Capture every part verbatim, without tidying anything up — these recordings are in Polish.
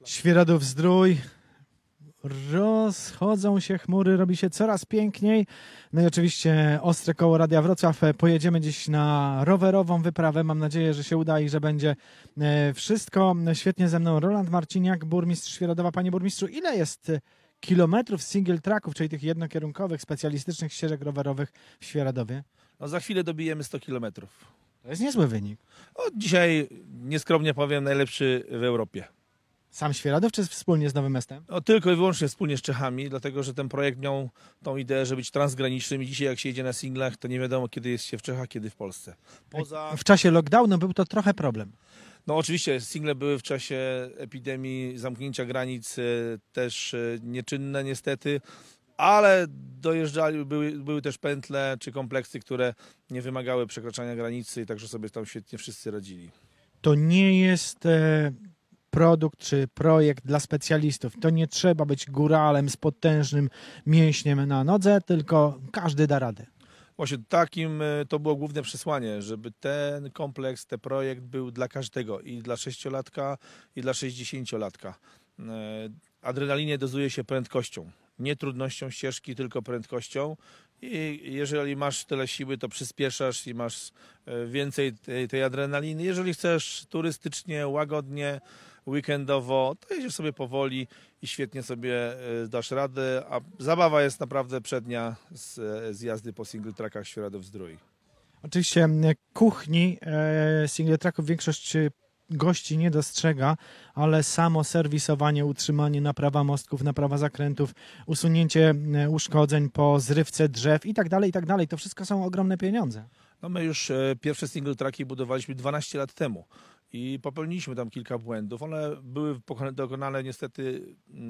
Świeradów-Zdrój, rozchodzą się chmury, robi się coraz piękniej. No i oczywiście Ostre Koło Radia Wrocław. Pojedziemy dziś na rowerową wyprawę. Mam nadzieję, że się uda i że będzie wszystko świetnie. Ze mną Roland Marciniak, burmistrz Świeradowa. Panie burmistrzu, ile jest kilometrów single tracków, czyli tych jednokierunkowych, specjalistycznych ścieżek rowerowych w Świeradowie? No za chwilę dobijemy sto kilometrów. To jest niezły wynik. No, dzisiaj, nieskromnie powiem, najlepszy w Europie. Sam Świeradów, czy wspólnie z Nowym Miastem? No, tylko i wyłącznie wspólnie z Czechami, dlatego że ten projekt miał tą ideę, żeby być transgranicznym i dzisiaj jak się jedzie na singlach, to nie wiadomo kiedy jest się w Czechach, kiedy w Polsce. Poza... W czasie lockdownu był to trochę problem. No oczywiście single były w czasie epidemii, zamknięcia granic też nieczynne niestety, ale dojeżdżali, były, były też pętle czy kompleksy, które nie wymagały przekraczania granicy i także sobie tam świetnie wszyscy radzili. To nie jest e, produkt czy projekt dla specjalistów. To nie trzeba być góralem z potężnym mięśniem na nodze, tylko każdy da radę. Właśnie takim to było główne przesłanie, żeby ten kompleks, ten projekt był dla każdego i dla sześciolatka i dla sześćdziesięciolatka. Adrenalinie dozuje się prędkością, nie trudnością ścieżki, tylko prędkością i jeżeli masz tyle siły, to przyspieszasz i masz więcej tej, tej adrenaliny. Jeżeli chcesz turystycznie, łagodnie, weekendowo, to jedziesz sobie powoli i świetnie sobie dasz radę, a zabawa jest naprawdę przednia z, z jazdy po single trackach Świeradów-Zdrój. Oczywiście kuchni e, single tracków większość gości nie dostrzega, ale samo serwisowanie, utrzymanie, naprawa mostków, naprawa zakrętów, usunięcie uszkodzeń po zrywce drzew i tak dalej, i tak dalej. To wszystko są ogromne pieniądze. No my już pierwsze single tracki budowaliśmy dwanaście lat temu i popełniliśmy tam kilka błędów. One były dokonane niestety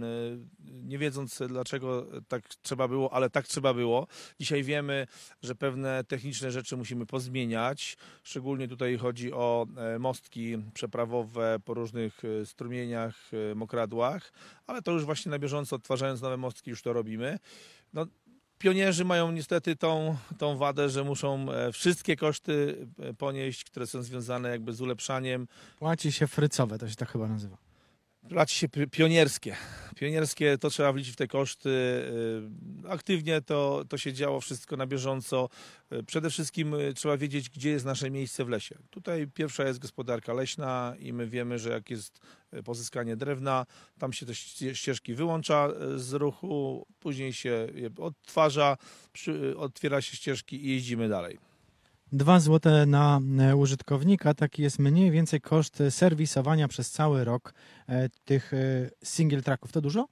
nie wiedząc dlaczego tak trzeba było, ale tak trzeba było. Dzisiaj wiemy, że pewne techniczne rzeczy musimy pozmieniać. Szczególnie tutaj chodzi o mostki przeprawowe po różnych strumieniach, mokradłach, ale to już właśnie na bieżąco odtwarzając nowe mostki już to robimy. No, Pionierzy mają niestety tą, tą wadę, że muszą wszystkie koszty ponieść, które są związane jakby z ulepszaniem. Płaci się frycowe, to się tak chyba nazywa. Płaci się pionierskie. Pionierskie to trzeba wliczyć w te koszty. Aktywnie to, to się działo wszystko na bieżąco. Przede wszystkim trzeba wiedzieć, gdzie jest nasze miejsce w lesie. Tutaj pierwsza jest gospodarka leśna i my wiemy, że jak jest pozyskanie drewna, tam się te ścieżki wyłącza z ruchu, później się je odtwarza, otwiera się ścieżki i jeździmy dalej. Dwa złote na użytkownika, taki jest mniej więcej koszt serwisowania przez cały rok tych single tracków. To dużo?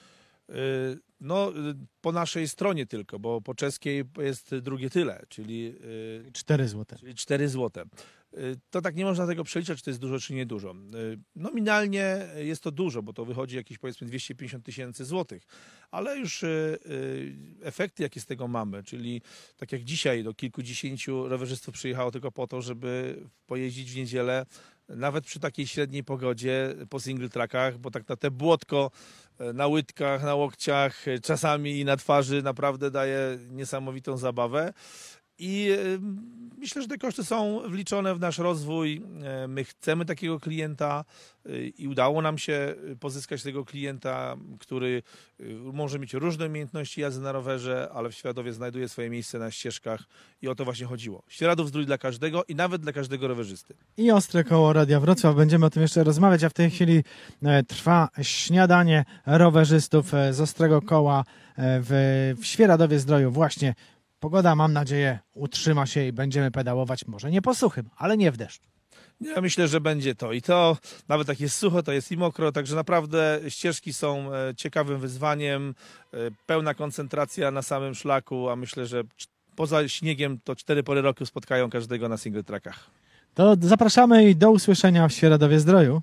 No, po naszej stronie tylko, bo po czeskiej jest drugie tyle, czyli cztery złote. Czyli cztery złote. To tak nie można tego przeliczać, czy to jest dużo, czy nie dużo. Nominalnie jest to dużo, bo to wychodzi jakieś powiedzmy dwieście pięćdziesiąt tysięcy złotych, ale już efekty, jakie z tego mamy, czyli tak jak dzisiaj do kilkudziesięciu rowerzystów przyjechało tylko po to, żeby pojeździć w niedzielę, nawet przy takiej średniej pogodzie po single trackach, bo tak na te błotko na łydkach, na łokciach, czasami i na twarzy naprawdę daje niesamowitą zabawę. I myślę, że te koszty są wliczone w nasz rozwój. My chcemy takiego klienta i udało nam się pozyskać tego klienta, który może mieć różne umiejętności jazdy na rowerze, ale w Świeradowie znajduje swoje miejsce na ścieżkach i o to właśnie chodziło. Świeradów-Zdrój dla każdego i nawet dla każdego rowerzysty. I Ostre Koło Radia Wrocław. Będziemy o tym jeszcze rozmawiać, a w tej chwili trwa śniadanie rowerzystów z Ostrego Koła w, w Świeradowie-Zdroju. Właśnie pogoda, mam nadzieję, utrzyma się i będziemy pedałować, może nie po suchym, ale nie w deszczu. Ja myślę, że będzie to i to. Nawet jak jest sucho, to jest i mokro, także naprawdę ścieżki są ciekawym wyzwaniem. Pełna koncentracja na samym szlaku, a myślę, że poza śniegiem to cztery pory roku spotkają każdego na single trackach. To zapraszamy i do usłyszenia w Świeradowie-Zdroju.